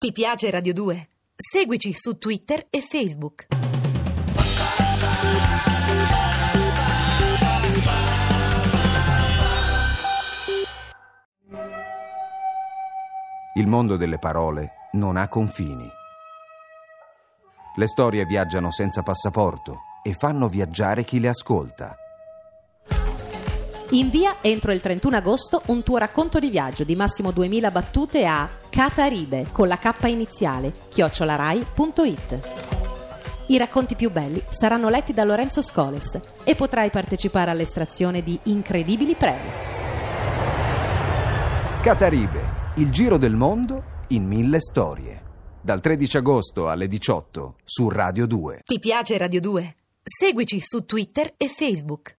Ti piace Radio 2? Seguici su Twitter e Facebook. Il mondo delle parole non ha confini. Le storie viaggiano senza passaporto e fanno viaggiare chi le ascolta. Invia entro il 31 agosto un tuo racconto di viaggio di massimo 2000 battute a Cataribe con la K iniziale @rai.it. I racconti più belli saranno letti da Lorenzo Scoles e potrai partecipare all'estrazione di incredibili premi. Cataribe, il giro del mondo in 1000 storie. Dal 13 agosto alle 18 su Radio 2. Ti piace Radio 2? Seguici su Twitter e Facebook.